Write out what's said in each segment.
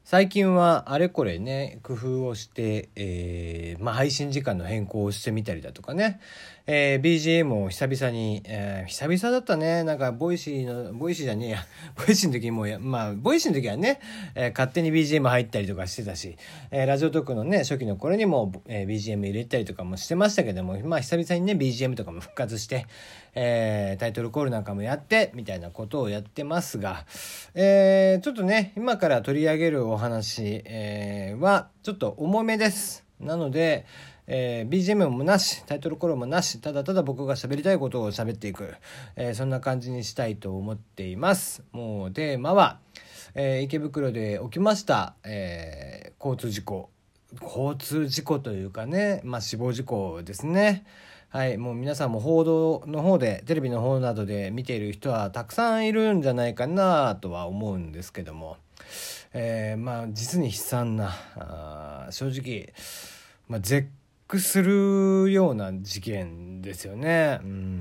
最近はあれこれね工夫をして、配信時間の変更をしてみたりだとかね、BGM を久々に、久々だったね。なんかボイシーじゃねえやボイシーの時もボイシーの時はね、勝手に BGM 入ったりとかしてたし、ラジオトークのね初期の頃にも、BGM 入れたりとかもしてましたけども、久々にね BGM とかも復活して、タイトルコールなんかもやってみたいなことをやってますが、ちょっとね今から取り上げるお話、はちょっと重めです。なので、BGM もなし、タイトルコールもなし、ただただ僕が喋りたいことを喋っていく、そんな感じにしたいと思っています。もうテーマは、池袋で起きました、交通事故というかね、死亡事故ですね。はい、もう皆さんも報道の方でテレビの方などで見ている人はたくさんいるんじゃないかなとは思うんですけども、実に悲惨な正直、絶句するような事件ですよね。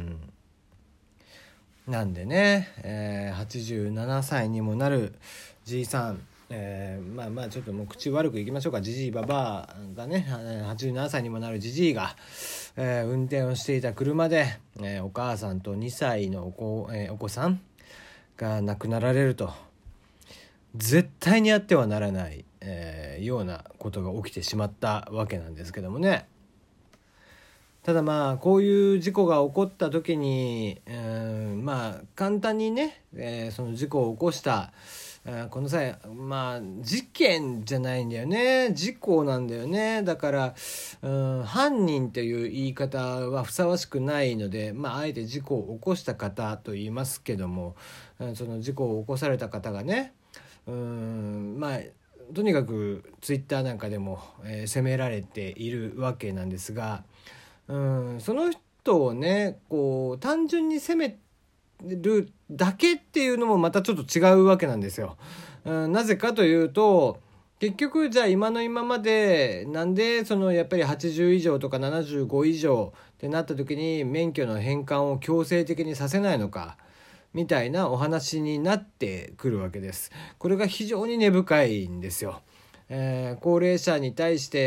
なんでね、87歳にもなるじいさん、ちょっともう口悪くいきましょうか。じじいばばあがね、87歳にもなるじじいが、運転をしていた車で、お母さんと2歳のお子さんが亡くなられると、絶対にあってはならない、ようなことが起きてしまったわけなんですけどもね。ただこういう事故が起こった時に、簡単にね、その事故を起こした、この際事件じゃないんだよね、事故なんだよね。だから、犯人という言い方はふさわしくないので、あえて事故を起こした方と言いますけども、その事故を起こされた方がね、とにかくツイッターなんかでも、責められているわけなんですが、その人をねこう単純に責めるだけっていうのもまたちょっと違うわけなんですよ。なぜかというと、結局じゃあ今までなんでそのやっぱり80以上とか75以上ってなった時に免許の返還を強制的にさせないのかみたいなお話になってくるわけです。これが非常に根深いんですよ。高齢者に対して、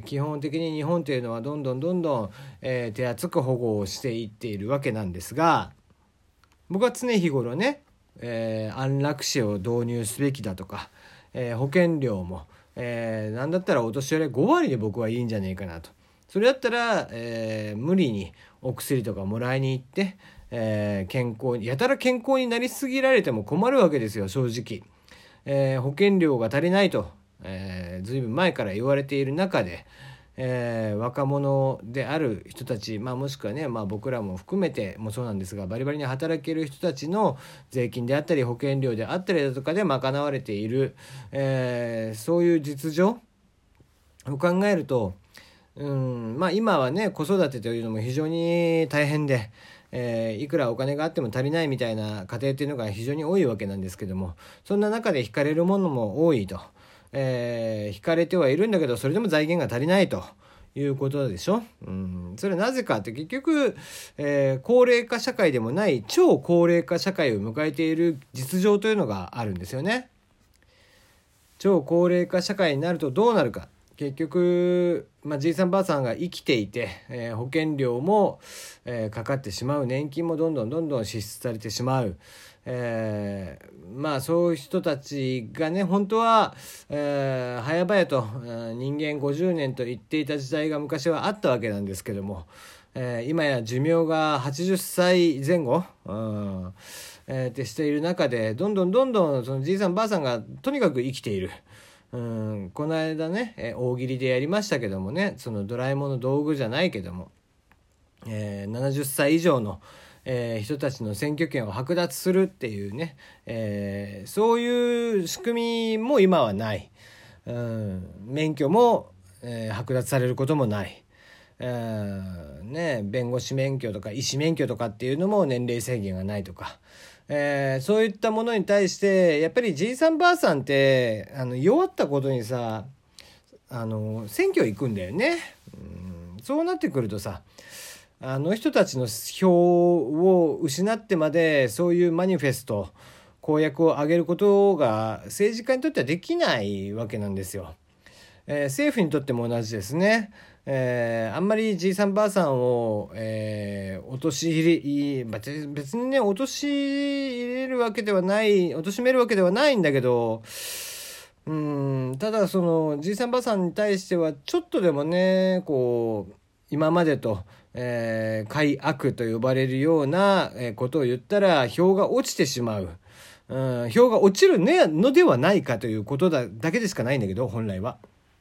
基本的に日本というのはどんどん、手厚く保護をしていっているわけなんですが、僕は常日頃ね、安楽死を導入すべきだとか、保険料も、なんだったらお年寄り5割で僕はいいんじゃねえかなと。それだったら、無理にお薬とかもらいに行って、やたら健康になりすぎられても困るわけですよ、正直。保険料が足りないと、ずいぶん前から言われている中で、若者である人たち、もしくはね、僕らも含めてもそうなんですが、バリバリに働ける人たちの税金であったり保険料であったりだとかで賄われている、そういう実情を考えると、今はね子育てというのも非常に大変で、いくらお金があっても足りないみたいな家庭っていうのが非常に多いわけなんですけども、そんな中で引かれるものも多いと、引かれてはいるんだけどそれでも財源が足りないということでしょ。それはなぜかって結局、高齢化社会でもない超高齢化社会を迎えている実情というのがあるんですよね。超高齢化社会になるとどうなるか。結局、じいさんばあさんが生きていて、保険料も、かかってしまう、年金もどんどん支出されてしまう、そういう人たちがね本当は、早々と人間50年と言っていた時代が昔はあったわけなんですけども、今や寿命が80歳前後、ってしている中でどんどんそのじいさんばあさんがとにかく生きている。この間ね、大喜利でやりましたけどもね、そのドラえもんの道具じゃないけども、70歳以上の、人たちの選挙権を剥奪するっていうね、そういう仕組みも今はない。免許も、剥奪されることもない。弁護士免許とか医師免許とかっていうのも年齢制限がないとか、そういったものに対してやっぱりじいさんばあさんって弱ったことにさ選挙行くんだよね。そうなってくるとさ、あの人たちの票を失ってまでそういうマニフェスト公約を上げることが政治家にとってはできないわけなんですよ。政府にとっても同じですね。あんまりじいさんばあさんを、陥れ別にね陥れるわけではない貶めるわけではないんだけど、ただそのじいさんばあさんに対してはちょっとでもねこう今までと、快悪と呼ばれるようなことを言ったら票が落ちてしまう、票が落ちるのではないかということだけでしかないんだけど本来は。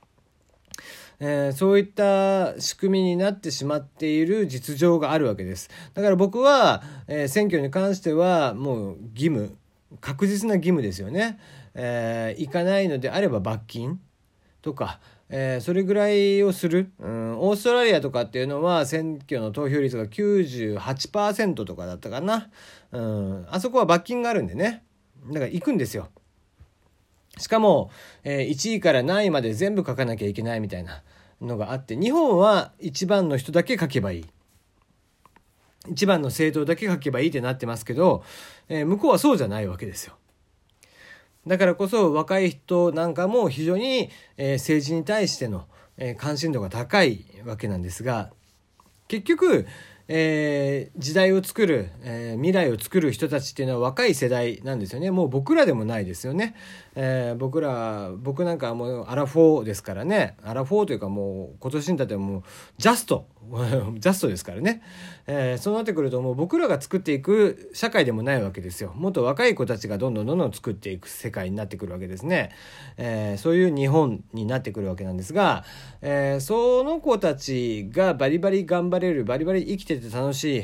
そういった仕組みになってしまっている実情があるわけです。だから僕は、選挙に関してはもう確実な義務ですよね。行かないのであれば罰金とか、それぐらいをする、オーストラリアとかっていうのは選挙の投票率が 98% とかだったかな、あそこは罰金があるんでね、だから行くんですよ。しかも、1位から何位まで全部書かなきゃいけないみたいなのがあって、日本は1番の人だけ書けばいい、1番の政党だけ書けばいいってなってますけど、向こうはそうじゃないわけですよ。だからこそ若い人なんかも非常に、政治に対しての、関心度が高いわけなんですが、結局、時代を作る、未来を作る人たちっていうのは若い世代なんですよね。もう僕らでもないですよね。僕なんかはもうアラフォーですからね。アラフォーというかもう今年に至ってはもうジャストですからね。そうなってくるともう僕らが作っていく社会でもないわけですよ。もっと若い子たちがどんどん作っていく世界になってくるわけですね。そういう日本になってくるわけなんですが、その子たちがバリバリ頑張れる、バリバリ生きてて楽しい、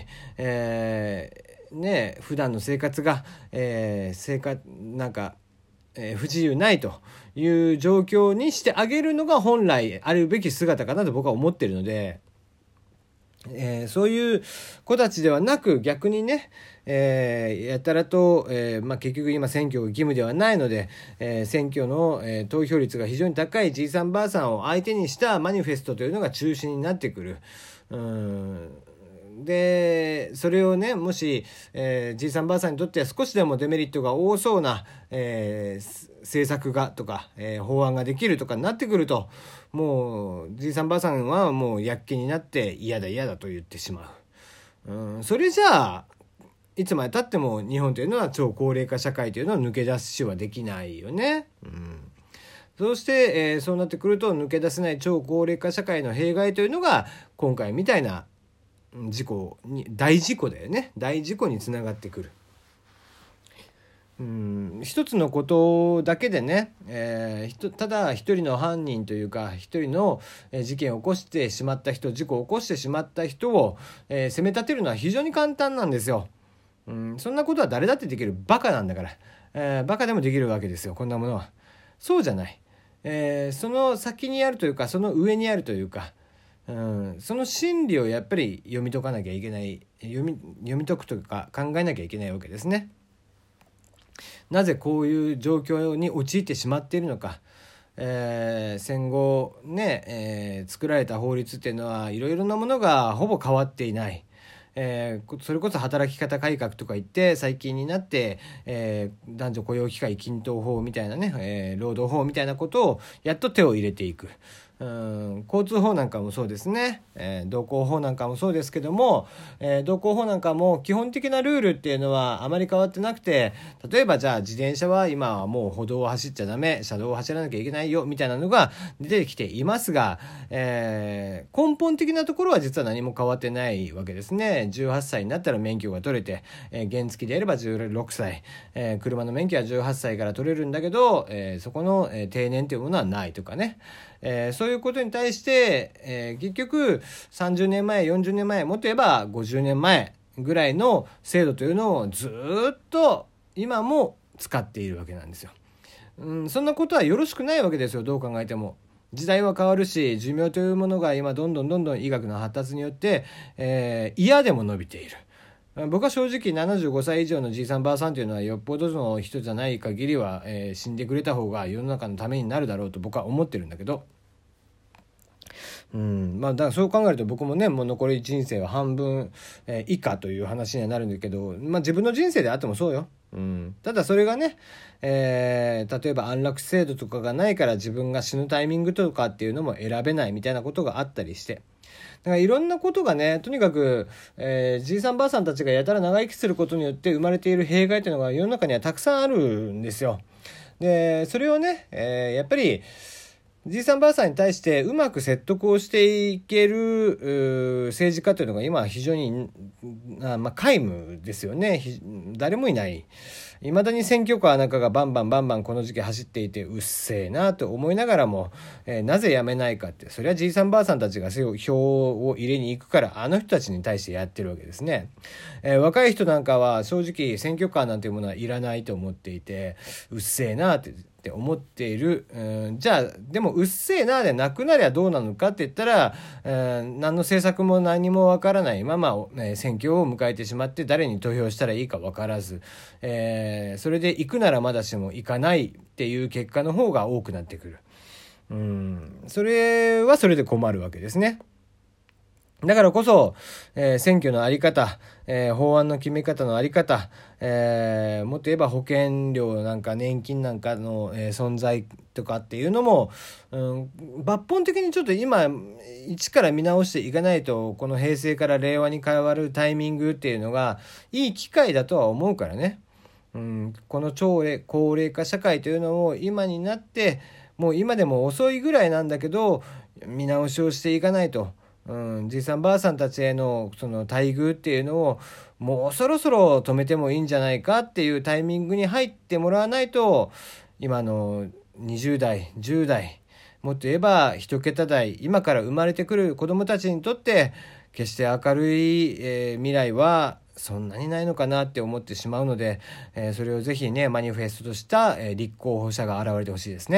普段の生活が、不自由ないという状況にしてあげるのが本来あるべき姿かなと僕は思っているので、そういう子たちではなく逆にね、やたらと、結局今選挙が義務ではないので、選挙の、投票率が非常に高いじいさんばあさんを相手にしたマニフェストというのが中心になってくる。でそれをねもし、じいさんばあさんにとっては少しでもデメリットが多そうな、政策がとか、法案ができるとかになってくると、もうじいさんばあさんはもう躍起になって嫌だと言ってしまう。それじゃあいつまでたっても日本というのは超高齢化社会というのを抜け出しはできないよね。そうして、そうなってくると抜け出せない超高齢化社会の弊害というのが今回みたいな大事故だよね。大事故につながってくる。一つのことだけでね、ただ一人の犯人というか一人の事件を起こしてしまった人、事故を起こしてしまった人を、責め立てるのは非常に簡単なんですよ。そんなことは誰だってできる。バカなんだから、バカでもできるわけですよ、こんなものは。そうじゃない、その先にあるというかその上にあるというか、その心理をやっぱり読み解かなきゃいけない、読み解くというか考えなきゃいけないわけですね。なぜこういう状況に陥ってしまっているのか。戦後ね、作られた法律っていうのはいろいろなものがほぼ変わっていない。それこそ働き方改革とか言って最近になって、男女雇用機会均等法みたいなね、労働法みたいなことをやっと手を入れていく。交通法なんかもそうですね、道交法なんかもそうですけども、道交法なんかも基本的なルールっていうのはあまり変わってなくて、例えばじゃあ自転車は今はもう歩道を走っちゃダメ、車道を走らなきゃいけないよみたいなのが出てきていますが、根本的なところは実は何も変わってないわけですね。18歳になったら免許が取れて、原付であれば16歳、車の免許は18歳から取れるんだけど、そこの、定年というものはないとかね、そういうことに対して、結局30年前40年前もっと言えば50年前ぐらいの制度というのをずっと今も使っているわけなんですよ。そんなことはよろしくないわけですよ。どう考えても時代は変わるし、寿命というものが今どんどん医学の発達によって、嫌でも伸びている。僕は正直75歳以上のじいさんばあさんというのはよっぽどの人じゃない限りは、死んでくれた方が世の中のためになるだろうと僕は思ってるんだけど、だからそう考えると僕もねもう残り人生は半分、以下という話にはなるんだけど、自分の人生であってもそうよ。 ただそれがね、例えば安楽死制度とかがないから自分が死ぬタイミングとかっていうのも選べないみたいなことがあったりして、だからいろんなことがね、とにかく、じいさんばあさんたちがやたら長生きすることによって生まれている弊害というのが世の中にはたくさんあるんですよ。でそれをね、やっぱりじいさんばあさんに対してうまく説得をしていける政治家というのが今は非常に皆無ですよね。誰もいない。いまだに選挙カーなんかがバンバンこの時期走っていてうっせえなと思いながらも、なぜやめないかって、それはじいさんばあさんたちが票を入れに行くからあの人たちに対してやってるわけですね。若い人なんかは正直選挙カーなんていうものはいらないと思っていて、うっせえなって思っている。じゃあでもうっせえなでなくなりゃどうなのかって言ったら、何の政策も何もわからないまま、選挙を迎えてしまって誰に投票したらいいかわからず、それで行くならまだしも行かないっていう結果の方が多くなってくる。それはそれで困るわけですね。だからこそ、選挙のあり方、法案の決め方のあり方、もっと言えば保険料なんか年金なんかの、存在とかっていうのも、抜本的にちょっと今一から見直していかないと、この平成から令和に変わるタイミングっていうのがいい機会だとは思うからね。この高齢化社会というのを今になって、もう今でも遅いぐらいなんだけど見直しをしていかないと、じいさんばあさんたちへのその待遇っていうのをもうそろそろ止めてもいいんじゃないかっていうタイミングに入ってもらわないと、今の20代10代、もっと言えば一桁台、今から生まれてくる子どもたちにとって決して明るい、未来はそんなにないのかなって思ってしまうので、それをぜひねマニフェストとした、立候補者が現れてほしいですね。